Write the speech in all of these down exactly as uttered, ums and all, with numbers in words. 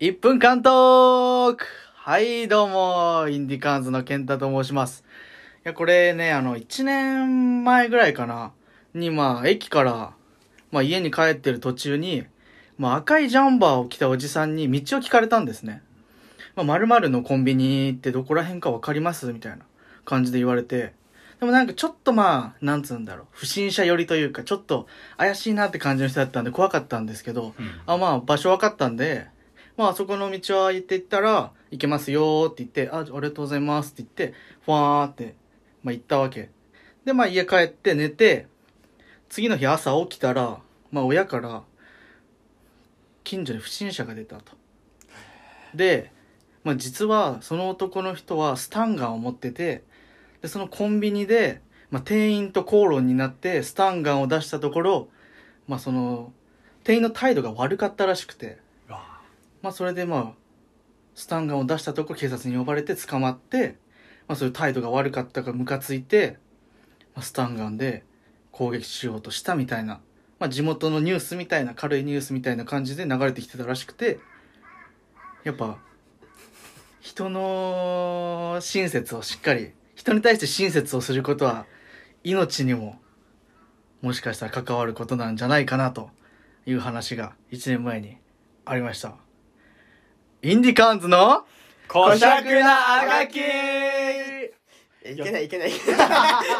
いっぷんかんトーク。はいどうもインディカーンズの健太と申します。いやこれねあのいちねんまえぐらいかなにまあ駅からまあ家に帰ってる途中にまあ赤いジャンバーを着たおじさんに道を聞かれたんですね。まあ〇〇のコンビニってどこら辺かわかりますみたいな感じで言われて、でもなんかちょっとまあなんつうんだろう不審者寄りというかちょっと怪しいなって感じの人だったんで怖かったんですけど、うん、あまあ場所分かったんでまあそこの道は行っていったら行けますよって言って、あ、ありがとうございますって言ってファーってまあ行ったわけで、まあ家帰って寝て次の日朝起きたらまあ親から近所に不審者が出たと。でまあ実はその男の人はスタンガンを持ってて、でそのコンビニで、まあ、店員と口論になってスタンガンを出したところ、まあその店員の態度が悪かったらしくて、まあそれでまあスタンガンを出したところ警察に呼ばれて捕まって、まあそういう態度が悪かったからムカついて、まあ、スタンガンで攻撃しようとしたみたいな、まあ地元のニュースみたいな軽いニュースみたいな感じで流れてきてたらしくて、やっぱ人の親切をしっかり人に対して親切をすることは命にももしかしたら関わることなんじゃないかなという話がいちねんまえにありました。インディカーンズのこしゃくなあがき。 いけないいけないいけない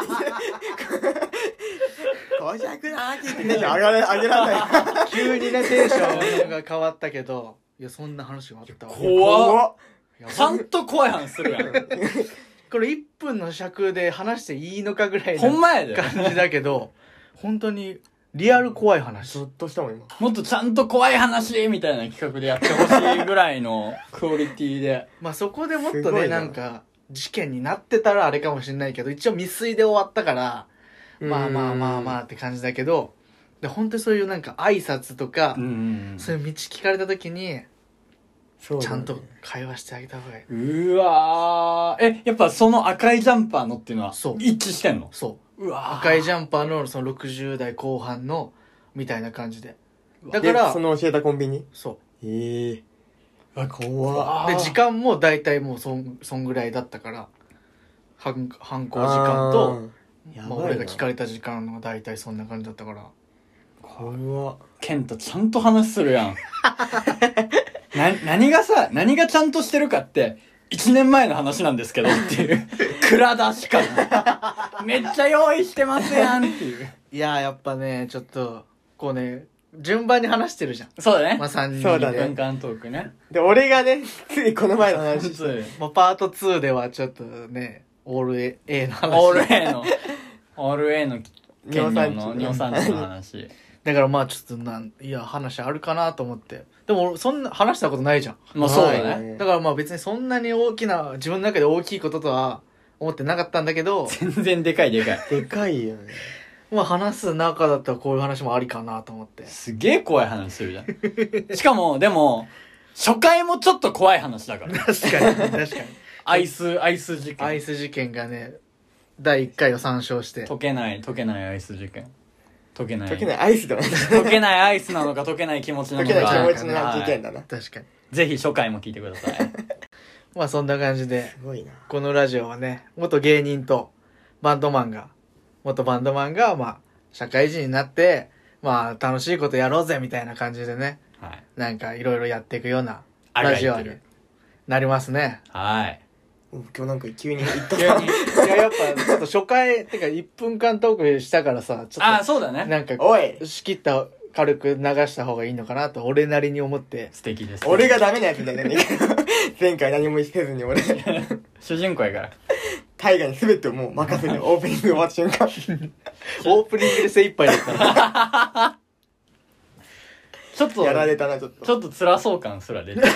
こしゃくなあがきってテンション上がれ上げらんない急にねテンションが変わったけど、いやそんな話があったわ。 怖っ。ちゃんと怖い話するやんこれいっぷんの尺で話していいのかぐらいのほんまやで感じだけど本当にリアル怖い話。 ずっとしたもん今。 もっとちゃんと怖い話みたいな企画でやってほしいぐらいのクオリティでまあそこでもっとねななんか事件になってたらあれかもしれないけど、一応未遂で終わったからまあまあまあまあって感じだけど、で本当にそういうなんか挨拶とか、うんうん、そういう道聞かれた時にそう、ね、ちゃんと会話してあげた方がいい。 うわー、えやっぱその赤いジャンパーのっていうのは一致してんの？ そう、うわ赤いジャンパーのそのろくじゅう代後半のみたいな感じで、 だからその教えたコンビニ、 そうへえー、 怖で時間も大体もうそんそんぐらいだったから犯犯行時間とまあ、俺が聞かれた時間の大体そんな感じだったから。 怖っ。 ケントちゃんと話するやんな何がさ何がちゃんとしてるかっていちねんまえの話なんですけどっていう蔵出し感めっちゃ用意してますやんっていう。 いややっぱねちょっとこうね順番に話してるじゃん。 そうだね。 まあさんにんでそうだね。 文化トークね。 で俺がねついこの前の話まあパートツーではちょっとねオール A の話、 オール A のオール A の尿酸値の尿酸値の話だからまあちょっとなんいや話あるかなと思って、でもそんな話したことないじゃん。 まあそうだね。 だからまあ別にそんなに大きな自分の中で大きいこととは思ってなかったんだけど、 全然でかいでかいでかいよね。 まあ話す中だったらこういう話もありかなと思って。 すげえ怖い話するじゃんしかもでも初回もちょっと怖い話だから確かに確かにアイスアイス事件アイス事件がねだいいっかいを参照して溶けない溶けないアイス事件溶けない溶けないアイスだね溶けないアイスなのか溶けない気持ちなのか溶けない気持ちの事件だな、 はい、確かにぜひ初回も聞いてくださいまあそんな感じですごいな。 このラジオはね元芸人とバンドマンが元バンドマンがまあ社会人になってまあ楽しいことやろうぜみたいな感じでね、はい、なんかいろいろやっていくようなラジオになりますね。 はい今日なんか急に言った急にいややっぱちょっと初回てかいっぷんかんトークしたからさちょっとあそうだねなんかおい仕切った軽く流した方がいいのかなと俺なりに思って。 素敵です。 俺がダメなやつだよね前回何もせずに俺主人公やから大河に全てをもう任せてオープニング終わった瞬間オープニングで精一杯だったらちょっとやられたなちょっとちょっと辛そう感すら出てる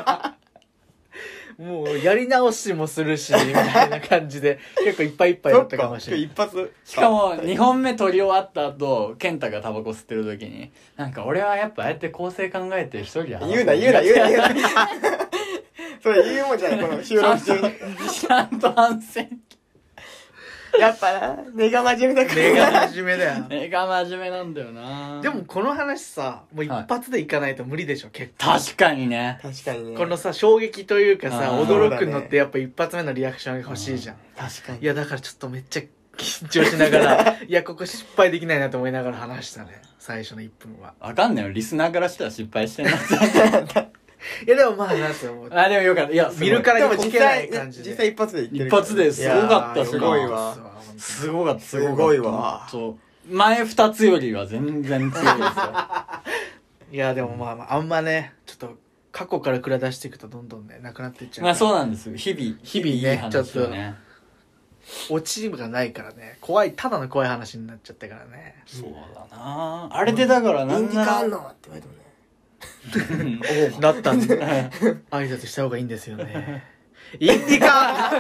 もうやり直しもするしみたいな感じで結構いっぱいいっぱいだったかもしれない。 一発しかもにほんめ撮り終わった後健太がタバコ吸ってる時になんか俺はやっぱああやって構成考えて一人で言うな言うな言うな言うなそれ言うもんじゃないこの収録中にちゃんと反省やっぱな、根が真面目だから。 根が真面目だよ。 絵が真面目なんだよな。 でもこの話さ、もう一発でいかないと無理でしょ、結構。 確かにね。 確かにね。 このさ、衝撃というかさ、 あー驚くのってやっぱ一発目のリアクションが欲しいじゃん。 確かに。 いや、だからちょっとめっちゃ緊張しながら、いや、ここ失敗できないなと思いながら話したね。最初のいっぷんは。 わかんないよ。リスナーからしたら失敗してんなって。 いや、でもまあ、なんすよ、もう。 あ、でもよかった。いや、 見るからにこでも実けない際、 感じで。 実際一発で言ってる一発ですごかったしすごいわ。 すごかった、 すごいわそう。前二つよりは全然強いですよ。 いや、でもまあまあ、あんまね、ちょっと、過去から蔵出していくとどんどんね、なくなっていっちゃう。 まあそうなんですよ。日々。 日々ねいい話をね。 オチがないからね、怖い、ただの怖い話になっちゃったからね。 そうだなあれでだからイなんンディカあんなのって言われてもね。 ら、 なったんで、挨拶した方がいいんですよね。インディカ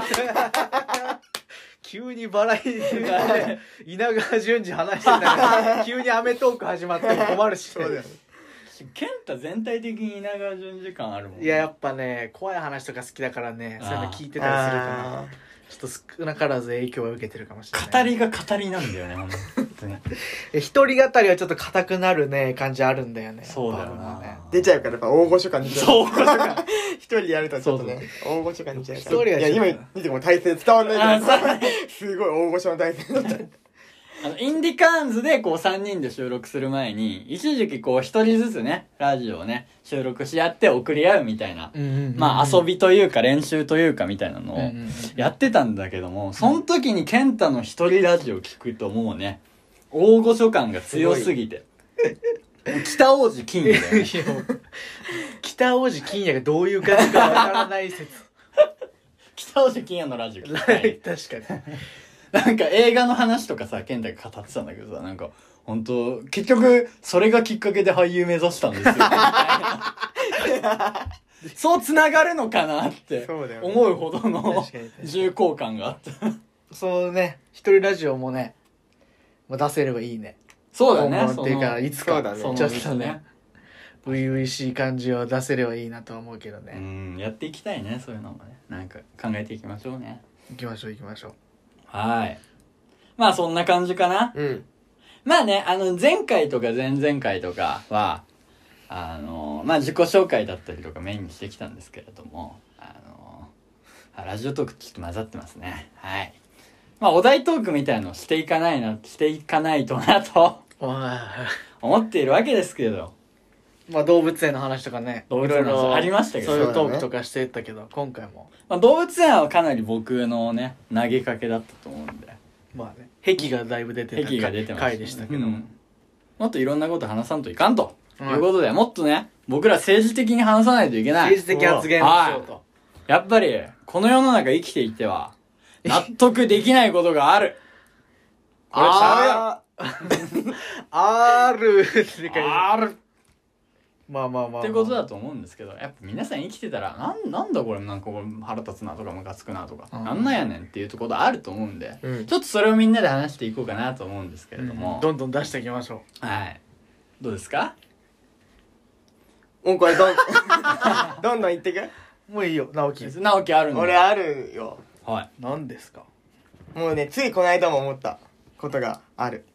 急にバラエティで稲川淳二話してたら、急にアメトーク始まっても困るし。 そうだよね。 健太全体的に稲川淳二感あるもんね。 いや、やっぱね、怖い話とか好きだからね、そういうの聞いてたりするからあ、 ちょっと少なからず影響は受けてるかもしれない。 語りが語りなんだよね、本当に。 え一人語りはちょっと硬くなるね、感じあるんだよね。 そうだよやっぱねな。 出ちゃうからやっぱ大御所感出ちゃう。 そうか。 一人でやるとちょっとね、大御所感出ちゃうから。 一人はちょっといや、今見ても体勢伝わんないあじゃん。すごい大御所の体勢だった。 あの、インディカーンズでこうさんにんで収録する前に、一時期こうひとりずつね、ラジオをね、収録し合って送り合うみたいな、 うんうんうんうんまあ遊びというか練習というかみたいなのをうんうんうんやってたんだけども、その時に健太の一人ラジオ聞くともうね、大御所感が強すぎて。もう北王子金也だよね。 いやもう北王子金也がどういう感じかわからない説。 北王子金也のラジオ聞きたい。 確かに。 なんか映画の話とかさ、健太が語ってたんだけどさ、なんか、本当結局、それがきっかけで俳優目指したんですよ。みたいなそう繋がるのかなってそうだよね思うほどの確かに確かに重厚感があった。 そうね、一人ラジオもね、もう出せればいいね。 そうだね。 今後っていうか、いつか、 そうだねそのちょっとね、初々しい感じを出せればいいなとは思うけどうね。 ん、やっていきたいね、そういうのもね。なんか考えていきましょうね。 行きましょう行きましょう。 はい。まあそんな感じかな。 うん。 まあね、あの前回とか前々回とかは、あの、まあ自己紹介だったりとかメインにしてきたんですけれども、あの、あラジオトークちょっと混ざってますね。はい。まあお題トークみたいのをしていかないな、していかないとなと思っているわけですけど。 まあ動物園の話とかね、 動物園の話いろいろありましたけどそういうそうだねトークとかしてたけど、今回も、 まあ動物園はかなり僕のね、投げかけだったと思うんで。 まあね、壁がだいぶ出てた壁が出てました、 回でしたけど、 うんもっといろんなこと話さんといかんと。 うんいうことで、もっとね、僕ら政治的に話さないといけない。 政治的発言をしようと。 やっぱり、この世の中生きていては、納得できないことがある。これああるって書いてあるまあまあまあ、まあ、 ってことだと思うんですけど、やっぱ皆さん生きてたら、なん、なんだこれ、なんかこれ腹立つなとかムカつくなとか、 うんなんなんやねんっていうところあると思うんで、 うんちょっとそれをみんなで話していこうかなと思うんですけれども、 どんどん出していきましょはい。どうですか？ もうこれどん、どんどん言ってく？ う。もういいよ、直樹。 直樹あるんで。 俺あるよ。 はい。 何ですか？ もうね、ついこの間も思ったことがある。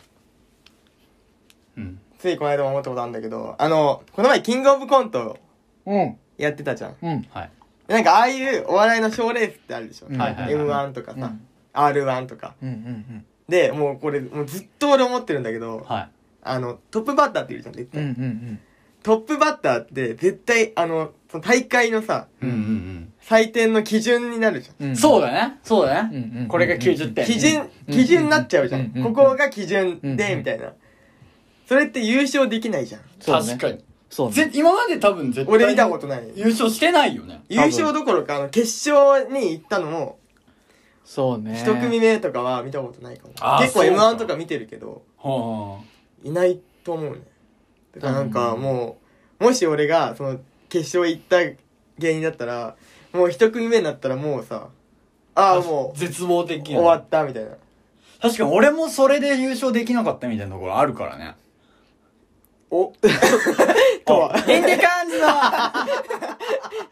うん。 ついこの間も思ったことあるんだけど、あの、この前キングオブコントうん。 やってたじゃん。 うん。 はい。 なんかああいうお笑いの賞レースってあるでしょ。 うんはいはいはいエムワン とかさ、 うんアールワン とか。 うんうんで、もうこれ、もうずっと俺思ってるんだけど、 はい。 あの、トップバッターっているじゃん、絶うん。うん対。 うんトップバッターって絶対、あの、その大会のさ、 うんうん採点の基準になるじゃん。 うん。 うん。そうだね。そうだね。 うんうん。 これがきゅうじゅってん。 基準、基準になっちゃうじゃん。 うんここが基準うんで、みたいな。それって優勝できないじゃん。 そうね確かに。 そうね。 ぜ今まで多分絶対俺見たことない。 優勝してないよね。 優勝どころか、あの、決勝に行ったのも、 そうね。 一組目とかは見たことないかも。 あー結構そうエムかワン とか見てるけど、 はいないと思うね。だからなんかもう、もし俺が、その、決勝行った芸人だったら、もう一組目になったらもうさ、ああ。 あ、もう、 絶望的や終わったみたいな。 確かに俺もそれで優勝できなかったみたいなところあるからね。 おとは。 インディカーンズの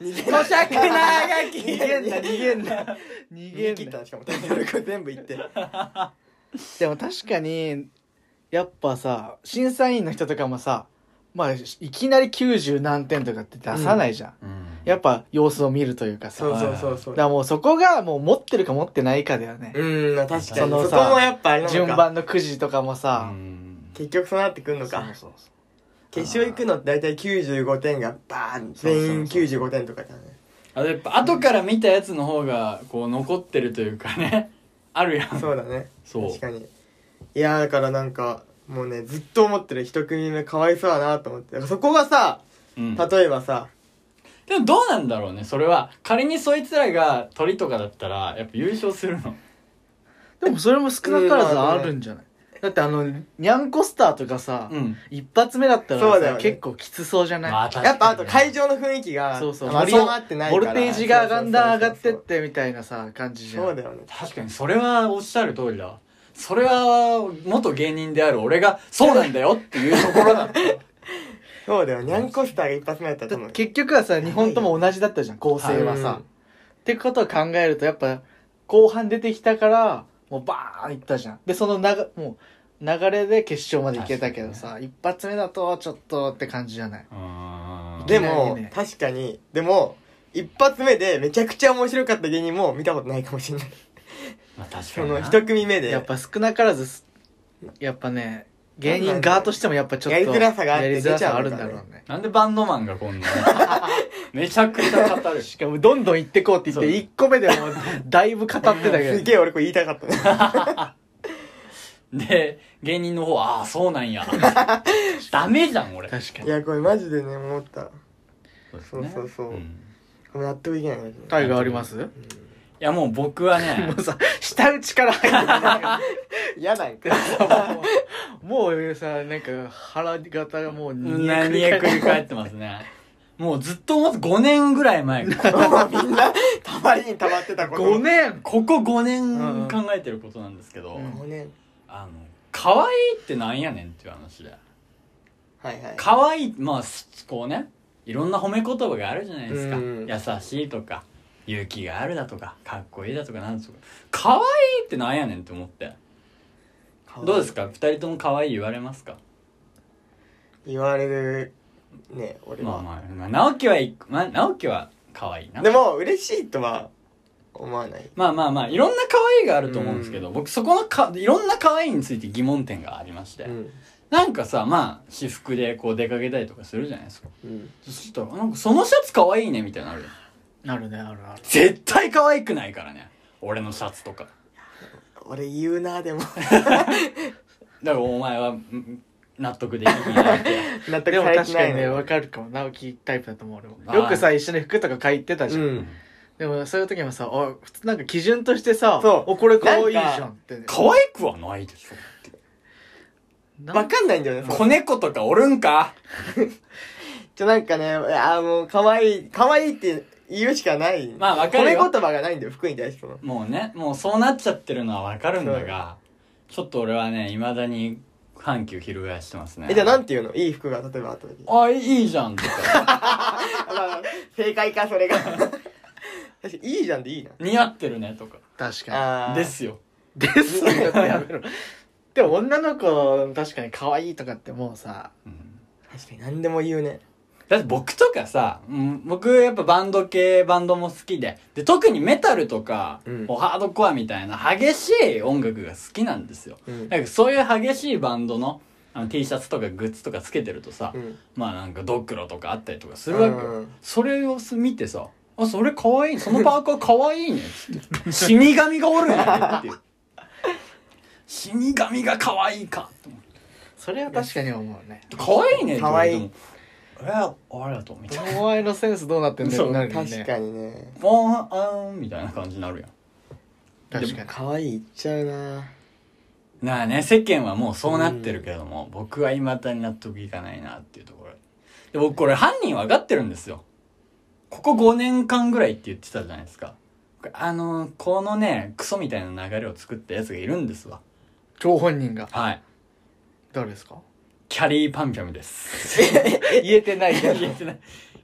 咀嚼長き逃げんな逃げんな逃逃げんなげ切ったのしかもタイトルこれ全部言ってでも確かにやっぱさ審査員の人とかもさまあいきなりきゅうじゅう何点とかって出さないじゃん、 うん、 やっぱ様子を見るというかさそうそうそうそうだからもうそこがもう持ってるか持ってないかだよね、 うん確かにそそのさこもやっぱあれなのか順番のくじとかもさ、 うん結局そうなってくんのかそうそうそう決勝行くのって大体きゅうじゅうごてんがバーン全員きゅうじゅうごてんとかだねあとやっぱ後から見たやつの方がこう残ってるというかねあるやんそうだねそう確かにいやだからなんかもうねずっと思ってる一組目かわいそうだなと思ってそこがさ、 うん、 例えばさでもどうなんだろうねそれは仮にそいつらが鳥とかだったらやっぱ優勝するのでもそれも少なからずあるんじゃない、だってあのニャンコスターとかさ、 うん、 一発目だったらさ、 そうだよね結構きつそうじゃない、 まあやっぱあと会場の雰囲気がそうそう盛り上がってないからボルテージがだんだん上がってってみたいなさ感じじゃんそうだよね確かにそれはおっしゃる通りだわそれは元芸人である俺がそうなんだよっていうところだったそうだよニャンコスターが一発目だったと思う結局はさにほんとも同じだったじゃん構成はさ、 うんってことを考えるとやっぱ後半出てきたからもうバーンいったじゃんでそのながもう流れで決勝まで行けたけどさ、一発目だとちょっとって感じじゃないうんでいきなりも、 ね確かにでも一発目でめちゃくちゃ面白かった芸人も見たことないかもしれないまあ確かそになの一組目でやっぱ少なからずやっぱね芸人側としてもやっぱちょっとやりづらさがあってやりづらさがある出ちゃうのかねんだろうねなんでバンドマンがこんなめちゃくちゃ語るししかもどんどん行ってこうって言ってそういっこめでもだいぶ語ってたけどすげえ俺これ言いたかったねで芸人の方はああそうなんやダメじゃん俺確かにいやこれマジでね思ったそうですそうそうそう、 んこれ納得いけないマジでタイがありますいやもう僕はねもうさ下打ちから入ってくる嫌なんかもうもうさなんか腹型がもう煮え何えくり返ってますねもうずっと思ってごねんぐらい前みんなたまりにたまってたことごねんここごねん考えてることなんですけど、 うんごねんあの可愛いってなんやねんっていう話ではいはい可愛いまあこうねいろんな褒め言葉があるじゃないですか、 うん優しいとか勇気があるだとかかっこいいだとかなんとか可愛いってなんやねんって思ってどうですかふたりとも可愛い言われますか言われるね俺は、 まあまあ、まあ、直樹はいまあ、直樹は可愛いなでも嬉しいとは思わないまあまあまあいろんな可愛いがあると思うんですけど、僕そこのかいろんな可愛いについて疑問点がありまして、 うんなんかさまあ私服でこう出かけたりとかするじゃないですかうんそしたらなんかそのシャツ可愛いねみたいなのあるよなるねあるある絶対可愛くないからね俺のシャツとか俺言うなでもだからお前はん納得できないわけや納得でもされてない確かにねの分かるかも直樹タイプだと思う俺もあーよくさ一緒に服とか買いってたじゃん、 うんでもそういう時もさあ普通なんか基準としてさそうおこれ可愛いじゃんってね可愛くはないでしょなんわかんないんだよね子猫とかおるんかちょなんかねあもう可愛い可愛いって言うしかないまあわかるよ褒め言葉がないんだよ服に対してのもうねもうそうなっちゃってるのはわかるんだがちょっと俺はね未だに反旗を翻してますねえじゃあなんて言うのいい服が例えばあった時あいいじゃんとかあまあ正解かそれが確かにいいじゃんでいいな似合ってるねとか確かあーですよにですよってやめろでも女の子確かに可愛いとかってもうさうん確かに何でも言うねだって僕とかさ、うん僕やっぱバンド系バンドも好きでで特にメタルとか、 うんこうハードコアみたいな激しい音楽が好きなんですよ、 うんだからそういう激しいバンドのあの T シャツとかグッズとかつけてるとさ、 うんまあなんかドックロとかあったりとかするわけよ、 うんそれを見てさあそれ可愛いそのパーカー可愛いねっつって死神がおるんやねっていう死神が可愛いかと思ってそれは確かに思うね可愛いねって言われてもえありがとうみたいなお前のセンスどうなってんだよってなるよね確かにねあーあーみたいな感じになるやん確かに可愛い言っちゃうななあね世間はもうそうなってるけども、僕は未だに納得いかないなっていうところで僕これ犯人分かってるんですよここごねんかんぐらいって言ってたじゃないですかあのこのねクソみたいな流れを作ったやつがいるんですわ張本人がはい誰ですかキャリーパンピャムです言えてないけど言えてない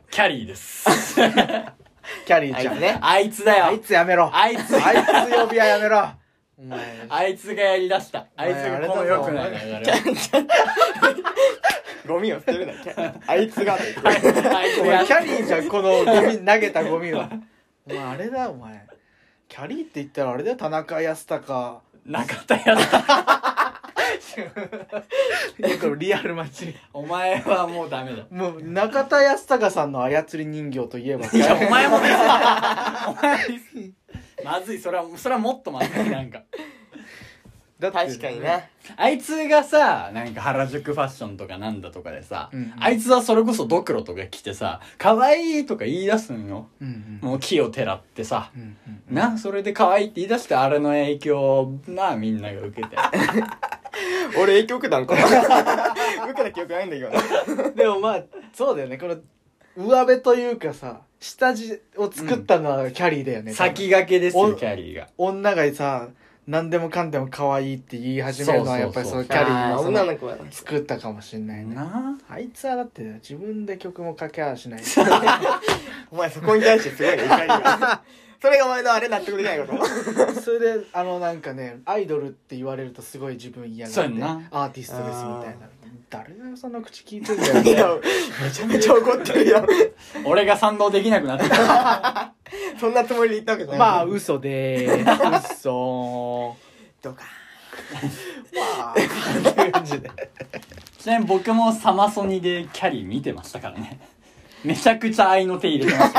キャリーです。 キャリーちゃんね。 あいつだよ。 あいつやめろ。 あいつ。 あいつ呼びはやめろ。お前。 あいつがやりだした。あいつがこの良くない流れ。 ゴミを捨てるな、あいつが。 あいつが。 お前キャリーじゃん、このゴミ、投げたゴミは。お前あれだよ、お前。キャリーって言ったらあれだよ、田中康隆。 中田康隆。 いや、これリアルマッチ。 お前はもうダメだ。 もう、中田康隆さんの操り人形といえば。 いや、お前もです。お前です。まずい、それは、それはもっとまずい、なんか。 だって確かにな。 あいつがさ、なんか原宿ファッションとかなんだとかでさ、 うんうん、 あいつはそれこそドクロとか着てさ、可愛いとか言い出すんよ。 うんうん、 もう木をてらってさ、 うんうんうん、 な、それで可愛いって言い出してあれの影響な、みんなが受けて。 俺影響受けたんかな。受けた記憶ないんだけど。 でもまあ、そうだよね。この、上辺というかさ、下地を作ったのはキャリーだよね。 うん、先駆けですよ、キャリーが。 女がさ、何でもかんでも可愛いって言い始めるのはやっぱりそのキャリーが女の子は作ったかもしんないね。 なあいつはだって自分で曲も書けはしない。 お前そこに対してすごいね、怒りが。それがお前のあれ納得できないこと。 それであのなんかね、アイドルって言われるとすごい自分嫌がってアーティストですみたいな。誰がその口聞いてんだよ、ね。 いや、めちゃめちゃ怒ってるよ。 俺が賛同できなくなってた。 そんなつもりで言ったわけじゃない。 まあ嘘でーす。嘘どうか。 まあっていう感じで。 ちなみに僕もサマソニでキャリー見てましたからね。めちゃくちゃ愛の手入れてました。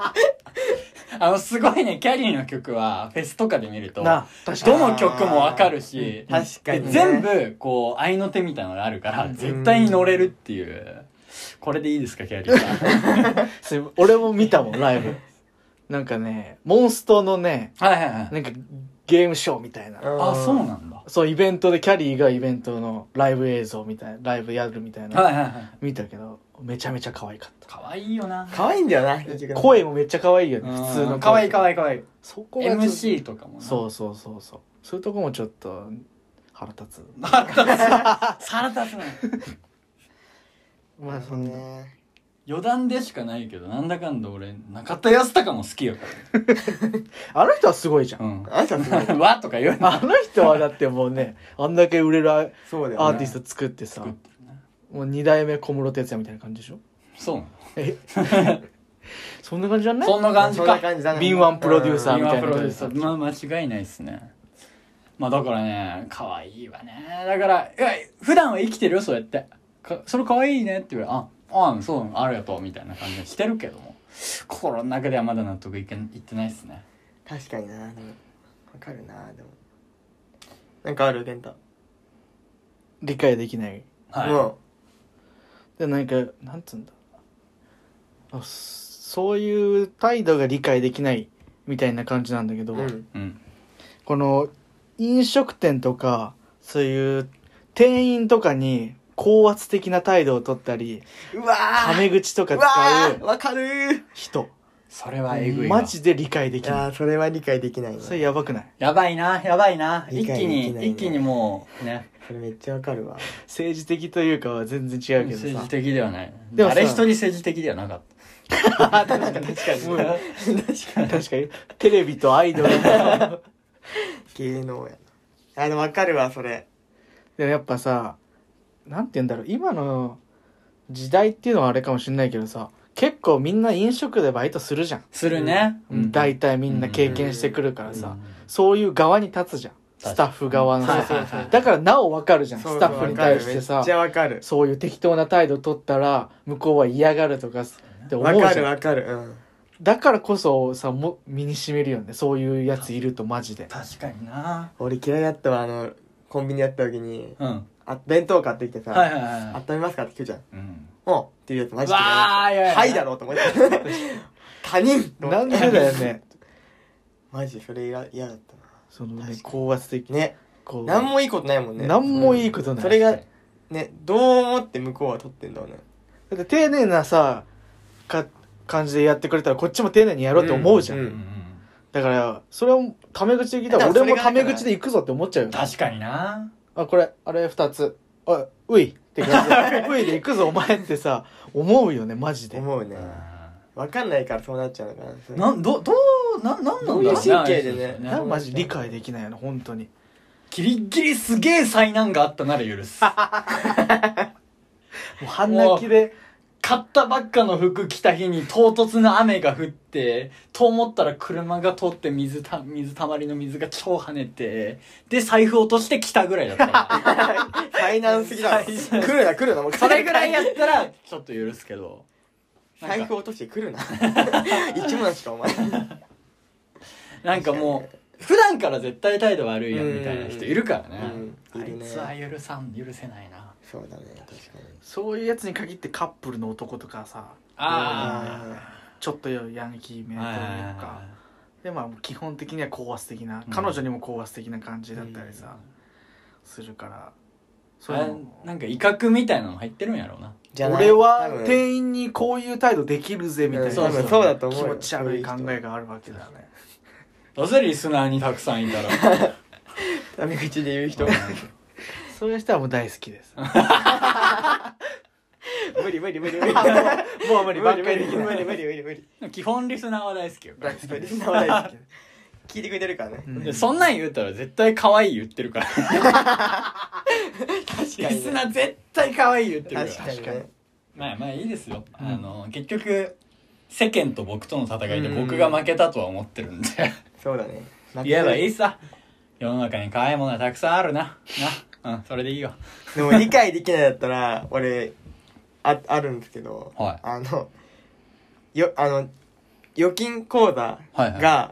あのすごいね、キャリーの曲はフェスとかで見るとな確かにどの曲もわかるし、 うん、確かに、ね、 全部こう愛の手みたいなのがあるから絶対に乗れるっていう。これでいいですか、キャリーさん。 俺も見たもん、ライブ。なんかね、モンストのね、 はいはいはい、 なんかゲームショーみたいな。 あ、そうなんだ。 そう、イベントでキャリーがイベントのライブ映像みたいな、ライブやるみたいな。 はいはいはい。 見たけど、めちゃめちゃ可愛かった。 可愛いよな。 可愛いんだよな。 声もめっちゃ可愛いよね、普通の。 可愛い可愛い可愛い。 そこがエムシー とかもな。 そうそうそうそう。そういうとこもちょっと腹立つ。 腹立つ。腹立つね。 まあそんな。ね、 余談でしかないけど、なんだかんだ俺中田康隆も好きよから、 ね、あの人はすごいじゃん、 うん、あの人はすごいわとか言うあの人はだってもうね、あんだけ売れるアーティスト作ってさ、 ね、 もうに代目小室哲哉みたいな感じでしょ。 そうなの。 えそんな感じじゃない？ そんな感じか。 敏腕プロデューサーみたいなプロデューサー、まあ間違いないですね。まあだからね、可愛いわね。だからいや普段は生きてるよ、そうやってか、それ可愛いねって言われ、ああ、そう、ありがとうみたいな感じしてるけども、心の中ではまだ納得いけいってないっすね。 確かにな。でもわかるな。でもなんかある、健太。 理解できない。 はい。 もうでなんかなんつうんだ、あ、そういう態度が理解できないみたいな感じなんだけど、 うんうん、 この飲食店とかそういう店員とかに高圧的な態度を取ったり、 うわー、 タメ口とか使うわかるー人、 それはえぐいわ。 マジで理解できいない。 やー、それは理解できないな。 それやばくない？ やばいな、やばいな。一理解気に、 できないね一気にもうね、 それめっちゃわかるわ。 政治的というかは全然違うけどさ。 政治的ではない。 でもさ誰一人政治的ではなかった。 確かに確かに確かに確かにテレビとアイドルの芸能やな。あのわかるわ、それ。 でもやっぱさ、なんて言うんだろう、今の時代っていうのはあれかもしれないけどさ、結構みんな飲食でバイトするじゃん。 するね。 うん、大体みんな経験してくるからさ、 うん、 そういう側に立つじゃん、スタッフ側のさ、 そうそうそう、 だからなお分かるじゃん、 そうそうスタッフに対してさ、 めっちゃわかる。 そういう適当な態度取ったら向こうは嫌がるとかって思うわじゃん。 かるわかる。うん。 だからこそさ、も身に染みるよね、そういうやついるとマジで。 確かにな。 俺嫌いだったわ、あのコンビニやった時に、 うん。 あ、弁当買ってきてさ、 はいはいはい。 温めますかって聞くじゃん。 うん。 おっていうやつマジでわー、いやいやはいだろうと思って他人と思ってなんでだよね。 マジそれ嫌嫌だったそのね、 確かに高圧的な。ね、 こうなんもいいことないもんね。 なんもいいことない。 それがね、どう思って向こうは取ってんだろうね。 だって丁寧なさか感じでやってくれたらこっちも丁寧にやろうって思うじゃん、 うんうんうん。 だからそれをタメ口で聞いたら俺もタメ口で行くぞって思っちゃうよね。 確かにな。 あ、これあれふたつ、あ、ういってって感じで声で行くぞお前ってさ思うよねマジで。 思うね。わかんないからそうなっちゃうのかな。 なんどどうななんなんだろうね。 どういう神経でねなんかマジ理解できないよね本当に。 ギリギリすげえ災難があったなら許す。 もう半泣きで買ったばっかの服着た日に唐突な雨が降ってと思ったら車が通って水た水たまりの水が超跳ねてで財布落として来たぐらいだったら災難すぎだろ。来るな来るなもう。 それぐらいやったらちょっと許すけど財布落としてくるな。一文しかお前。 なんかもう普段から絶対態度悪いやんみたいな人いるからね、 うん、いるね。 あいつは許さん許せないな。 そうだね確かに。 そういうやつに限ってカップルの男とかさあちょっとヤンキーめというかでまあ基本的には高圧的な、うん、彼女にも高圧的な感じだったりさ、うん、するからそれなんか威嚇みたいなの入ってるんやろうな。 俺は店員にこういう態度できるぜみたいな、うん、 そうそうそうだと思う。 気持ち悪い考えがあるわけだよね。 どうせリスナーにたくさんいたらタメ口で言う人そういう人はもう大好きです。 無理無理無理無理もう無理ばっかりできない無理無理無理無理。 基本リスナーは大好きよ。 大好きリスナーは大好き。聞いてくれてるからね、 うん、でそんなん言うたら絶対可愛い言ってるから確かに、ね、 リスナー絶対可愛い言ってるから確かに、ね、 まあまあいいですよ、 うん、 あの結局世間と僕との戦いで僕が負けたとは思ってるんでそうだね言えばいいさ。世の中に可愛いものはたくさんあるなな、うん、それでいいよ。 でも理解できないだったら俺あ, あるんですけど、 はい、 あのよあの預金口座が、はいはい、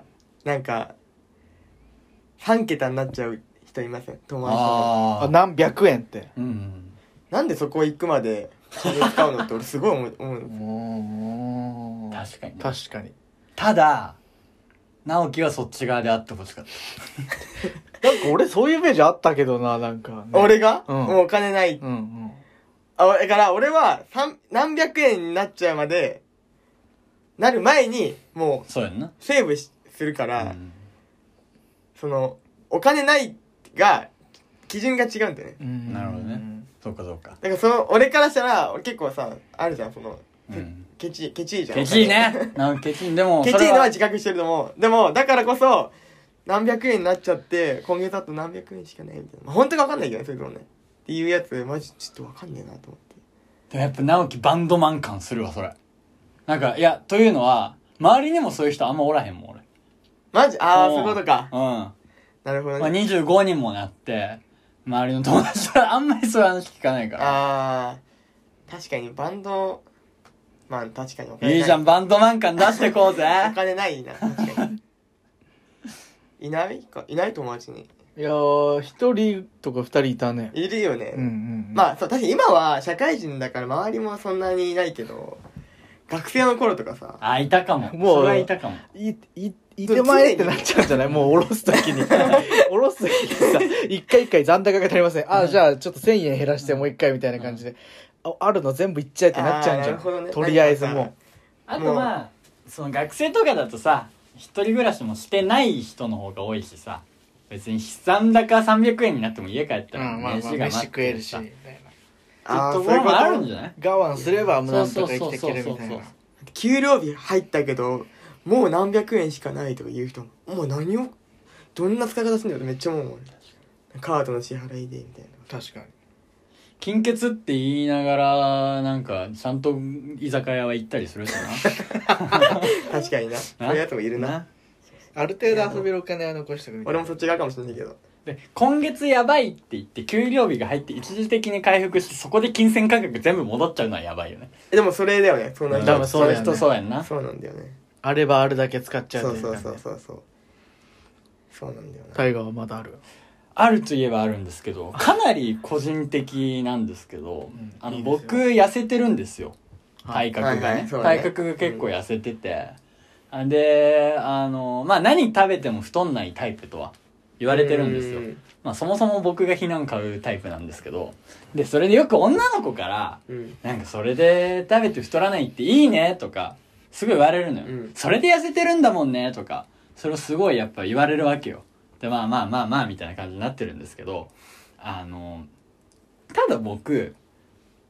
なんかさん桁になっちゃう人いません？友達ああ何百円って、 うん、 なんでそこ行くまで金使うのって俺すごい思う思うんですよ。確かに確かに。 ただ直樹はそっち側であってほしかったなんか俺そういうイメージあったけどななんか、ね、 俺が、 うん、 もうお金ない、 うんうん、 あだから俺は何百円になっちゃうまでなる前にもうそうやんなセーブするから、うん、そのお金ないが基準が違うんだよね、 うん、なるほどね、そうかそうか。 だからその俺からしたら俺結構さあるじゃんその、うん、ケチケチいじゃん。 ケチいねなんかケチいでもケチいのは自覚してると思う。でもだからこそ何百円になっちゃって今月あと何百円しかないみたいな、まあ、本当か分かんないけどねそういうのねっていうやつマジちょっと分かんねえなと思って。 でもやっぱ直樹バンドマン感するわそれ。なんかいやというのは周りにもそういう人あんまおらへんもん俺。 マジああそういうことか。 うん。 なるほどね。 まあ、にじゅうごにんもなって周りの友達はあんまりそういう話聞かないから。 ああ確かにバンドまあ確かにお金ない。 いいじゃんバンドマン感出してこうぜお金ないな確かにいないかいない友達に。 いやー一人とか二人いたね。 いるよね、 うんうんうん、 まあそう確かに今は社会人だから周りもそんなにいないけど学生の頃とかさあいたかも。 もうそれはいたかも。 いいいてまえってなっちゃうんじゃない？もう下ろすときに下ろすときにさ一回一回残高が足りません、ああじゃあちょっとせんえん減らしてもう一回みたいな感じで、うん、あ, あるの全部いっちゃえってなっちゃうんじゃん、ね、とりあえずもう。 あとまあその学生とかだとさ一人暮らしもしてない人の方が多いしさ別に残高さんびゃくえんになっても家帰ったら飯が待ってるし、うんまあまあ、飯食えるしっていうところもあるんじゃない？ 我慢すればなんとか生きていけるみたいな。 給料日入ったけどもう何百円しかないとか言う人ももう何をどんな使い方すんだよってめっちゃ思う。カードの支払いでみたいな。 確かに金欠って言いながらなんかちゃんと居酒屋は行ったりするしな確かになそういうやつもいるな。なある程度遊べるお金は残しておくみたいな。 俺もそっち側かもしれないけどで今月やばいって言って給料日が入って一時的に回復してそこで金銭価格全部戻っちゃうのはやばいよね。 でもそれだよねそんな人、 うん、そういう人そうやんな。 そうなんだよね。 あればあるだけ使っちゃうというか、ね、そうそうそうそうそうなんだよな。 タイガーはまだあるあるといえばあるんですけどかなり個人的なんですけど、うん、あのいい僕痩せてるんですよ体格がね、はいはいはい、体格が結構痩せてて、うん、であのまあ何食べても太んないタイプとは言われてるんですよ。まあそもそも僕が避難買うタイプなんですけどでそれでよく女の子から、うん、なんかそれで食べて太らないっていいねとかすごい言われるのよ、うん、それで痩せてるんだもんねとかそれをすごいやっぱ言われるわけよ。でまあまあまあまあみたいな感じになってるんですけどあのただ僕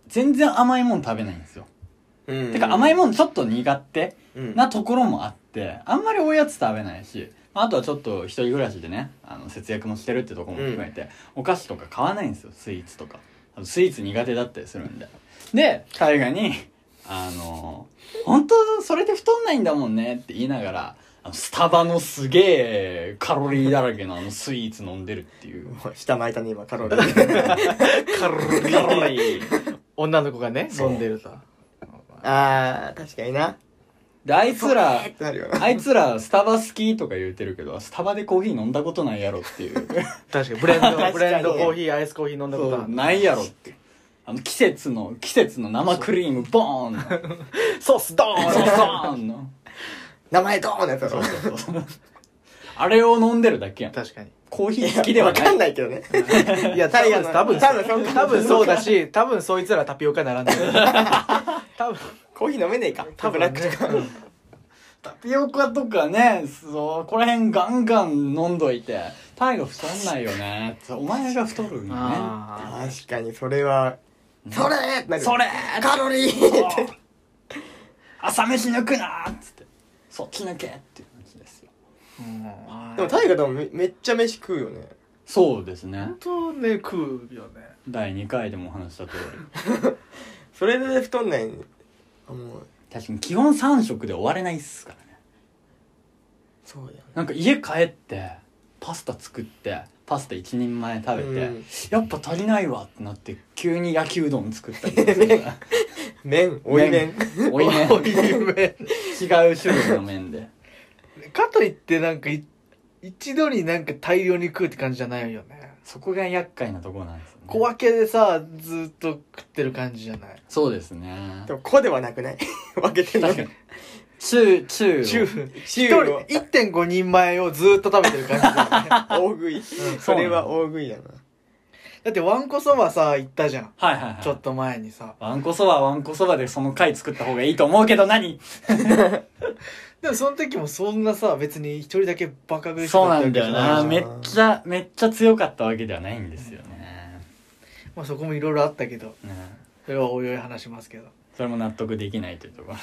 全然甘いもん食べないんですよ。 うんてか甘いもんちょっと苦手うんなところもあってあんまりおやつ食べないし、あとはちょっと一人暮らしでねあの節約もしてるってところも含めて、うん、お菓子とか買わないんですよ。スイーツとかスイーツ苦手だったりするんで。で大河にあの本当それで太んないんだもんねって言いながらあのスタバのすげえカロリーだらけのあのスイーツ飲んでるっていう下巻いたね今カロリーカロリーカロリー女の子がね飲んでると。 あー確かにな。 であいつらってなるよなあいつらスタバ好きとか言うてるけどスタバでコーヒー飲んだことないやろっていう確かにブレンド確かにブレンドコーヒーアイスコーヒー飲んだことある。 ないやろってあの季節の季節の生クリームボーンのソースドーンソースドーンの名前ドーンのやつだろ。 そうそうそうあれを飲んでるだけやん。 確かに。 コーヒー好きではない。 わかんないけどね。 いや、多分、多分、 多分そんな多分そうだし、多分そいつらタピオカ並んでる。多分、 コーヒー飲めねえか多分ブラックとか。 タピオカとかね、そう、こら辺ガンガン飲んどいて、タイが太んないよね。お前が太るんよね。 あ確かにそれは、それーってなる。 それカロリーって。 朝飯抜くなーっつって、そっち抜けっていう感じですよ。 ーうんでも大河でもめめっちゃ飯食うよね。 そうですね。 本当ね、食うよね。 だいにかいでもお話した通り。 それで太んない。あもう確かに基本さん食で終われないっすからね。 そうやね。 なんか家帰ってパスタ作ってパスタ一人前食べて、 うんやっぱ足りないわってなって急に焼きうどん作ったりとかするから麺おい麺。 おい麺おい麺。 違う種類の麺でかといってなんかい一度になんか大量に食うって感じじゃないよね。 そこが厄介なところなんですよね。 小分けでさ、ずっと食ってる感じじゃない。 そうですね。 でも子ではなくない分けてんの確かに中中を中、一中を人、いってんごにん前をずっと食べてる感じだよね。 大食い。それは大食いやな。 だってわんこそばさ、行ったじゃん。 はいはいはい。 ちょっと前にさ。 わんこそばわんこそばでその回作った方がいいと思うけど何でもその時もそんなさ、別に一人だけバカ食いしてそうたってなんだよな。 わけじゃないじゃん。 めっちゃめっちゃ強かったわけではないんですよね。 まあそこもいろいろあったけど、 ねそれはおいおい話しますけど。 それも納得できないというところ。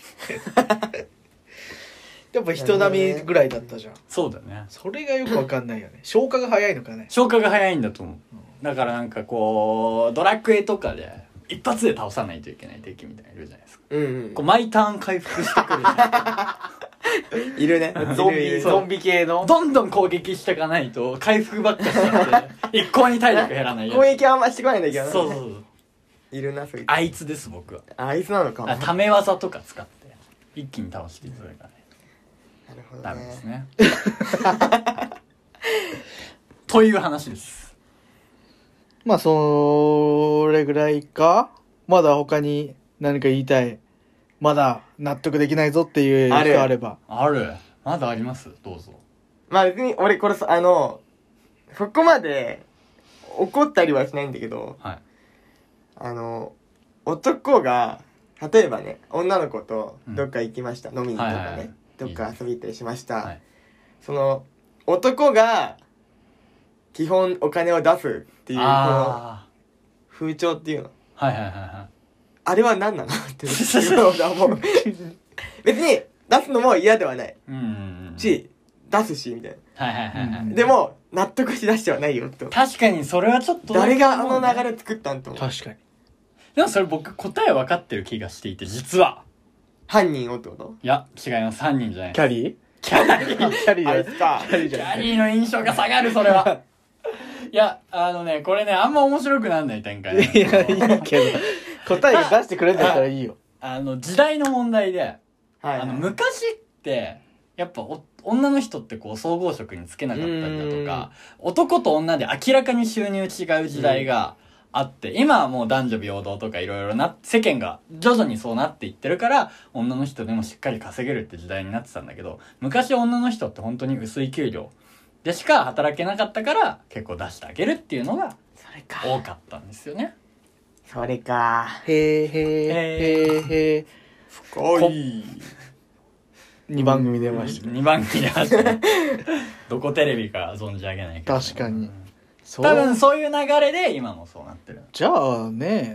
やっぱ人並みぐらいだったじゃん。 そうだね。 それがよくわかんないよね。消化が早いのかね。 消化が早いんだと思う。だからなんかこうドラクエとかで一発で倒さないといけない敵みたいなのいるじゃないですか。 うんうんこう毎ターン回復してくるじゃいるね。 ゾンビ、 いるいるゾンビ系のん。。どんどん攻撃していかないと回復ばっかしちゃって一向に体力減らないやつ。 攻撃はあんましてこないんだけどな。 そうそうそう。 いるな、そいつ。 あいつです僕は。 あいつなのかも。 あため技とか使って一気に倒していただかないなるほどとダメですね。 ね。という話です。 まあ、それぐらいか。まだ他に何か言いたい。まだ納得できないぞっていうある人あれば。 あるまだありますどうぞ。 まあ別に俺これさ、あの、そこまで怒ったりはしないんだけど、 はい。 あの、男が、例えばね、女の子とどっか行きました。飲みにとかはいはいはいね。どっか遊び行ったりしました。 はい。 その、男が、基本お金を出すっていう、このあ風潮っていうの。 あ。はいはいはいはい。 あれは何なのっていうのが思う。別に出すのも嫌ではないうんうんうん。 し、出すし、みたいはいはいはいはい。 うんな。でも、納得し出してはないよって。 確かにそれはちょっと誰があのれ流れ作ったんと思う。 確かに。 でもそれ僕答え分かってる気がしていて実は犯人をってこといや違います犯人じゃないキャリーキャリーキャリーじゃないあいつか。 キャリーキじゃないャリーの印象が下がるそれはいやあのねこれねあんま面白くなんない展開なんですいや、 けどいいけど。答えが出してくれんだったらいいよ。 あの時代の問題ではいはい。 あの昔ってやっぱお女の人ってこう総合職に就けなかったりだとか男と女で明らかに収入違う時代があって、今はもう男女平等とかいろいろな世間が徐々にそうなっていってるから女の人でもしっかり稼げるって時代になってたんだけど昔女の人って本当に薄い給料でしか働けなかったから結構出してあげるっていうのがそれか。 多かったんですよね。 それか。 へーへーへーへー。 深い。 にばん組出ました。 にばん組出ましたねどこテレビか存じ上げないけど確かに。そう多分そういう流れで今もそうなってる。 じゃあね、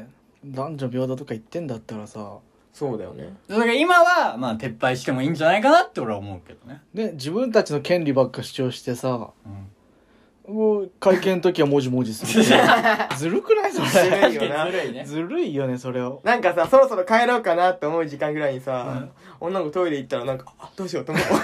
男女平等とか言ってんだったらさ、 そうだよね。 だから今はまあ撤廃してもいいんじゃないかなって俺は思うけどね。 ね、自分たちの権利ばっか主張してさ、 うんもう会見の時はもじもじするずるくないそずれるいよなずるいね。 ずるいよねそれを。 なんかさ、そろそろ帰ろうかなって思う時間ぐらいにさ、女の子トイレ行ったらなんか、あ、どうしようと思う。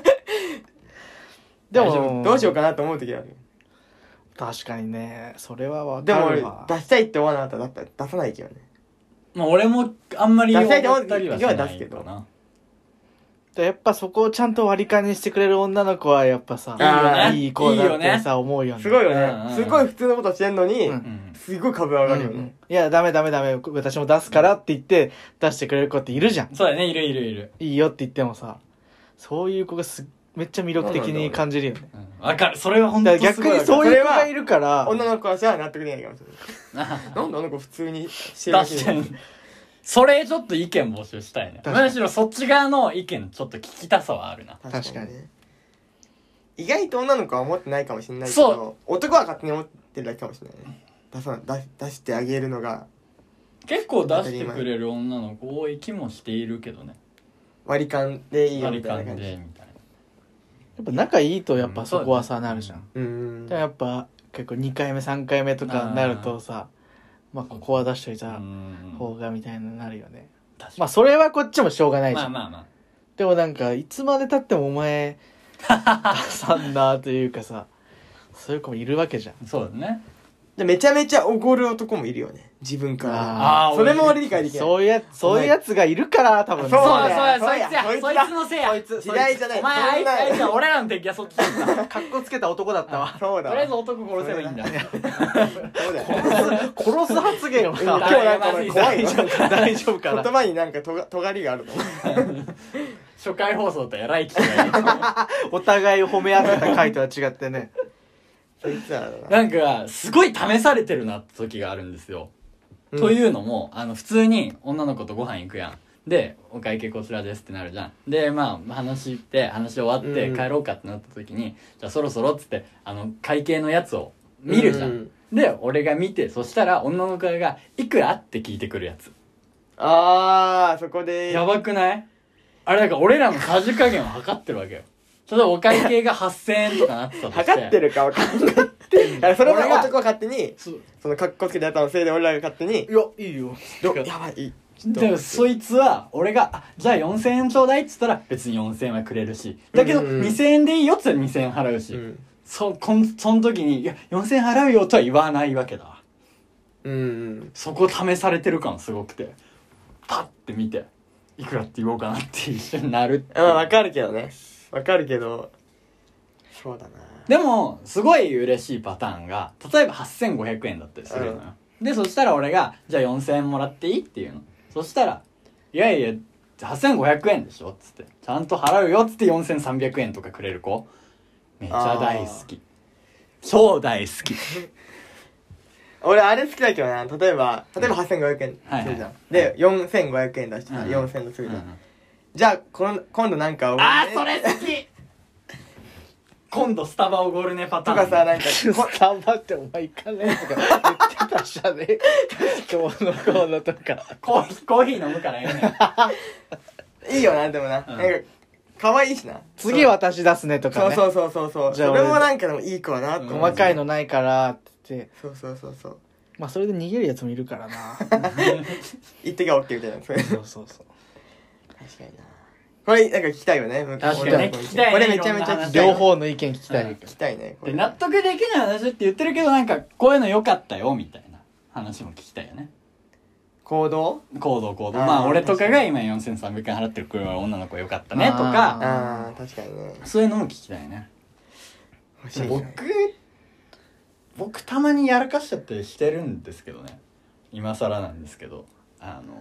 で大丈も夫どうしようかなって思う時ある。 確かにねそれはわでも俺かるわ。 出したいって思わなかったらだったら出さないけどね。 まあ俺もあんまり出したいと思う思ったりはし時はない出すけどかな。 でやっぱそこをちゃんと割り勘にしてくれる女の子はやっぱさ、 いいよねいい子だっいいよねてさ思うよね。 すごいようんうんね。すごい普通のことしてんのにう、 うんん。 すごい株上がるようんうんね。 いやダメダメダメ私も出すからって言って出してくれる子っているじゃん。 そうだね、いるいるいる。 いいよって言ってもさ、そういう子がすめっちゃ魅力的に感じるよね。 うん。わかる。それは本だから当すごいわかる。 逆にそういう子がいるから女の子はじゃあ納得できないかもしれない。なんであの子普通にしてるだけで確かに。それちょっと意見募集したいね。 確かにむしろそっち側の意見ちょっと聞きたさはあるな。 確かにね。意外と女の子は思ってないかもしれないけそど、男は勝手に思ってるだけかもしれないね。出さ出し出してあげるのが結構出してくれる女の子多い気もしているけどね。 割り勘でいいよ割りみたいな感じ。 勘でみたいな。 やっぱ仲いいとやっぱそこはさ、 うんなるじゃん。 うんうんでもやっぱ結構にかいめさんかいめとかになるとさ、まあここは出しといたうん方がみたいになるよね。 確かにまあそれはこっちもしょうがないじゃん。 まあまあまあ。 でもなんかいつまで経ってもお前出さんなというかさ、そういう子もいるわけじゃん。 そうだね。 でめちゃめちゃおごる男もいるよね。自分から。 あーそれも俺理解できない。 そういうやつ、そういうやつがいるから多分ね。 そうそうだよそうそいつやそいつだそいつのせいやそいつ時代じゃない。 お前あいつあいつは俺らの敵はそっちだったかっこつけた男だったわ。 そうだ。 とりあえず男殺せばいいんだそうだよ。 殺す発言をうん今さ日なんか俺怖いよ。 大丈夫かな。 言葉になんかとが尖りがあると思う。 初回放送とえらい気がいいお互いを褒め合ってた回とは違ってね。 そいつらだな。 なんかすごい試されてるなって時があるんですよ、 うんというのもあの普通に女の子とご飯行くやん。でお会計こちらですってなるじゃん。でまあ話して話終わってうん帰ろうかってなった時に、じゃあそろそろっつってあの会計のやつを見るじゃん、 うんで俺が見て、そしたら女の子がいくらって聞いてくるやつあー、そこで。 やばくない？あれなんか俺らのさじ加減を測ってるわけよ。例えばお会計がはっせんえんとかなってたとして測ってるか分かんないって。だからそれも俺が男は勝手に、 そうそのカッコつけてやったのせいで俺らが勝手に、 いや、いいよ。 どやばい。 だからそいつは俺があじゃあよんせんえんちょうだいっつったら別によんせんえんはくれるし、だけどうんうんにせんえんでいいよっつったらにせんえん払うし、 うん。 そこんその時にいやよんせんえん払うよとは言わないわけだ。 うんうん。 そこ試されてる感すごくて、パッて見ていくらって言おうかなって一緒になるっていうまあ分かるけどね。分かるけど、そうだな。 でもすごい嬉しいパターンが例えばはっせんごひゃくえんだったりするのよ、でそしたら俺がじゃあよんせんえんもらっていいっていうの。そしたらいやいやはっせんごひゃくえんでしょっつってちゃんと払うよっつってよんせんさんびゃくえんとかくれる子めっちゃ大好き。超大好き。 俺あれ好きだけどな。例えば、例えばはっせんごひゃくえんはいするじゃん。 はいで、よんせんごひゃくえん出してさ、 うんよんせんのするじゃん。 うんじゃあ、この、今度なんかおごるねあーそれ好き今度スタバおごるねパターンとかさ、なんか、こスタバってお前行かねえとか言ってたじゃねえ。今日のコーナーとか。 コーヒーコーヒー飲むからええねんいいよな、でもな。 うんなんか、可愛いしな。 次私出すねとかね。 そうそうそうそうそう。 じゃあ俺それもなんかでもいい子だなって思う。 細かいのないからって言って。 そうそうそうそう。 まあそれで逃げるやつもいるからな。 言ってが OK みたいな。確そうそうそう。 かにな。これ、なんか聞きたいよね。 確かにね俺らの子聞きたいねこれめちゃめちゃ聞きたい。 両方の意見聞きたい。 うん聞きたいね。これで納得できない話って言ってるけどなんかこういうの良かったよみたいな話も聞きたいよね。 行動行動行動あーまあ俺とかが今よんせんさんびゃくえん払ってる女の子良かったねとかああ、確かにね。 そういうのも聞きたいね。 欲しい僕ね。 僕たまにやらかしちゃったりしてるんですけどね。今更なんですけどあの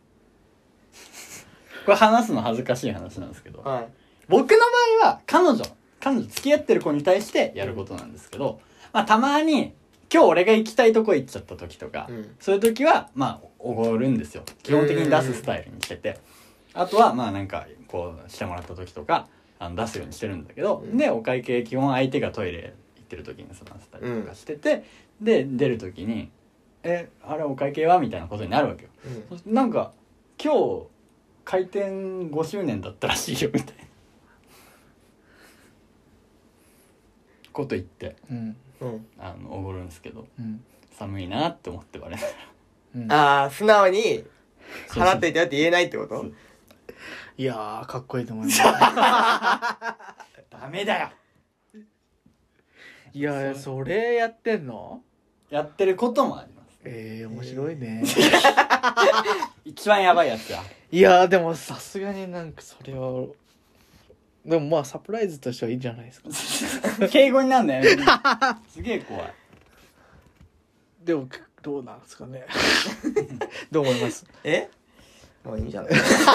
これ話すの恥ずかしい話なんですけど、 はい。 僕の場合は彼女彼女付き合ってる子に対してやることなんですけど、まあたまに今日俺が行きたいとこ行っちゃった時とか、 うんそういう時はまあおごるんですよ。基本的に出すスタイルにしてて、あとはまあなんかこうしてもらった時とかあの出すようにしてるんだけど、 うんでお会計基本相手がトイレ行ってる時に済ませたりとかしてて、で出る時にえあれお会計はみたいなことになるわけよ。 うんなんか今日開店ごしゅうねんだったらしいよみたいなこと言ってうんうんあのおごるんですけど、 うん寒いなって思って我ながらうんああ素直に払っといてよって言えないってことそういやーかっこいいと思いますダメだよ。 いやーそれやってんの？ やってることもあります。 えー、面白いね一番やばいやつだ。 いやーでもさすがになんかそれはでもまあサプライズとしてはいいんじゃないですか敬語になんだよね。すげえ怖い。 でもどうなんですかねどう思います？ えもういいんじゃない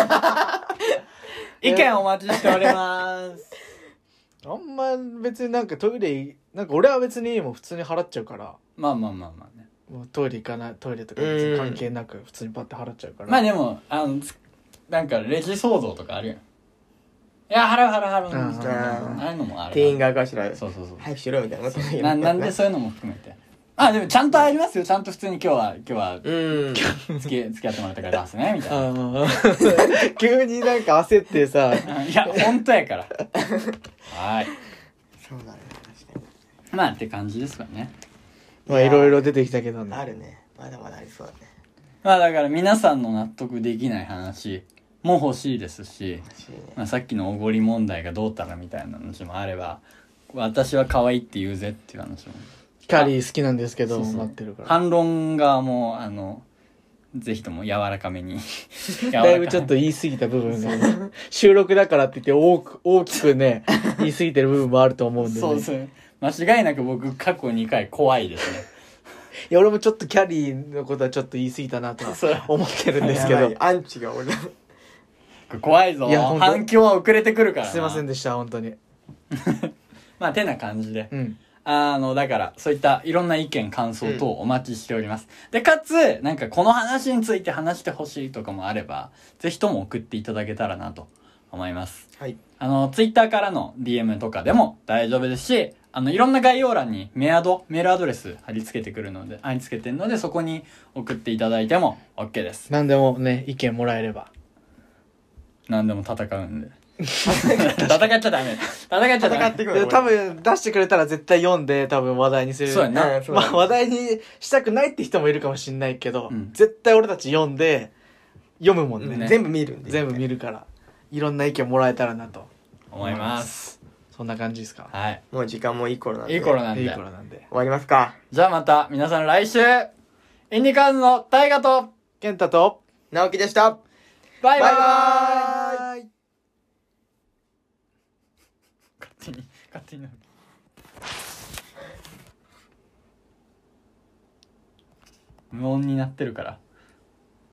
意見お待ちしておりますあんま別になんかトイレなんか俺は別にもう普通に払っちゃうからまあまあまあまあね。 もうトイレ行かないトイレとか別に関係なく普通にパッて払っちゃうからまあでもあのつなんかレジ騒動とかあるやん。いや払う払う払ううんみたいなああいうのもある。 店員側からしたらそうそうそう。 早くしろみたいなこと言うななんでそういうのも含めて。あでもちゃんとありますよ。ちゃんと普通に今日は今日はうん付き付き合ってもらったから出すねみたいな。 あー急になんか焦ってさいや本当やから。はい。 そうだね確かまあって感じですかね。 まあいろいろ出てきたけどにねあるねまだまだありそうだねまあだから皆さんの納得できない話も欲しいですし、 欲しいねまあ、さっきのおごり問題がどうたらみたいな話もあれば、私は可愛いって言うぜっていう話も。 キャリー好きなんですけどそうそう待ってるから反論がもう、あの、ぜひとも柔らかめに。 だいぶちょっと言い過ぎた部分が、ね、収録だからって言って大く大きくね言い過ぎてる部分もあると思うんで、ね、 そうですね。間違いなく僕過去にかい怖いですね。 いや俺もちょっとキャリーのことはちょっと言い過ぎたなとはそう思ってるんですけどやばいアンチが俺怖いぞ。 いやほんと反響は遅れてくるからな。 すいませんでした本当にまあ、てな感じで。 うんあの、だから、そういったいろんな意見、感想等お待ちしております。で、かつ、なんかこの話について話してほしいとかもあれば、ぜひとも送っていただけたらなと思います。 はいあの、ツイッターからの ディーエム とかでも大丈夫ですし、あの、いろんな概要欄にメアド、メールアドレス貼り付けてくるので、貼り付けてるので、そこに送っていただいても OK です。 何でもね意見もらえれば何でも戦うんで。戦っちゃダメ。戦っちゃダメ。 戦っていくので多分出してくれたら絶対読んで多分話題にするそうやな。 うんそうだねまあ話題にしたくないって人もいるかもしんないけど、 うん絶対俺たち読んで読むもんね、 ね全部見るんで全部見るからいろんな意見もらえたらなと思います。 そんな感じですか？ はい。 もう時間もいい頃なんでいい頃なんで。 いい頃なんで終わりますかじゃあまた皆さん来週、インディカーズの大河と、 健太と直樹でしたバイバーイバイバイ勝手に、勝手になる。無音になってるから。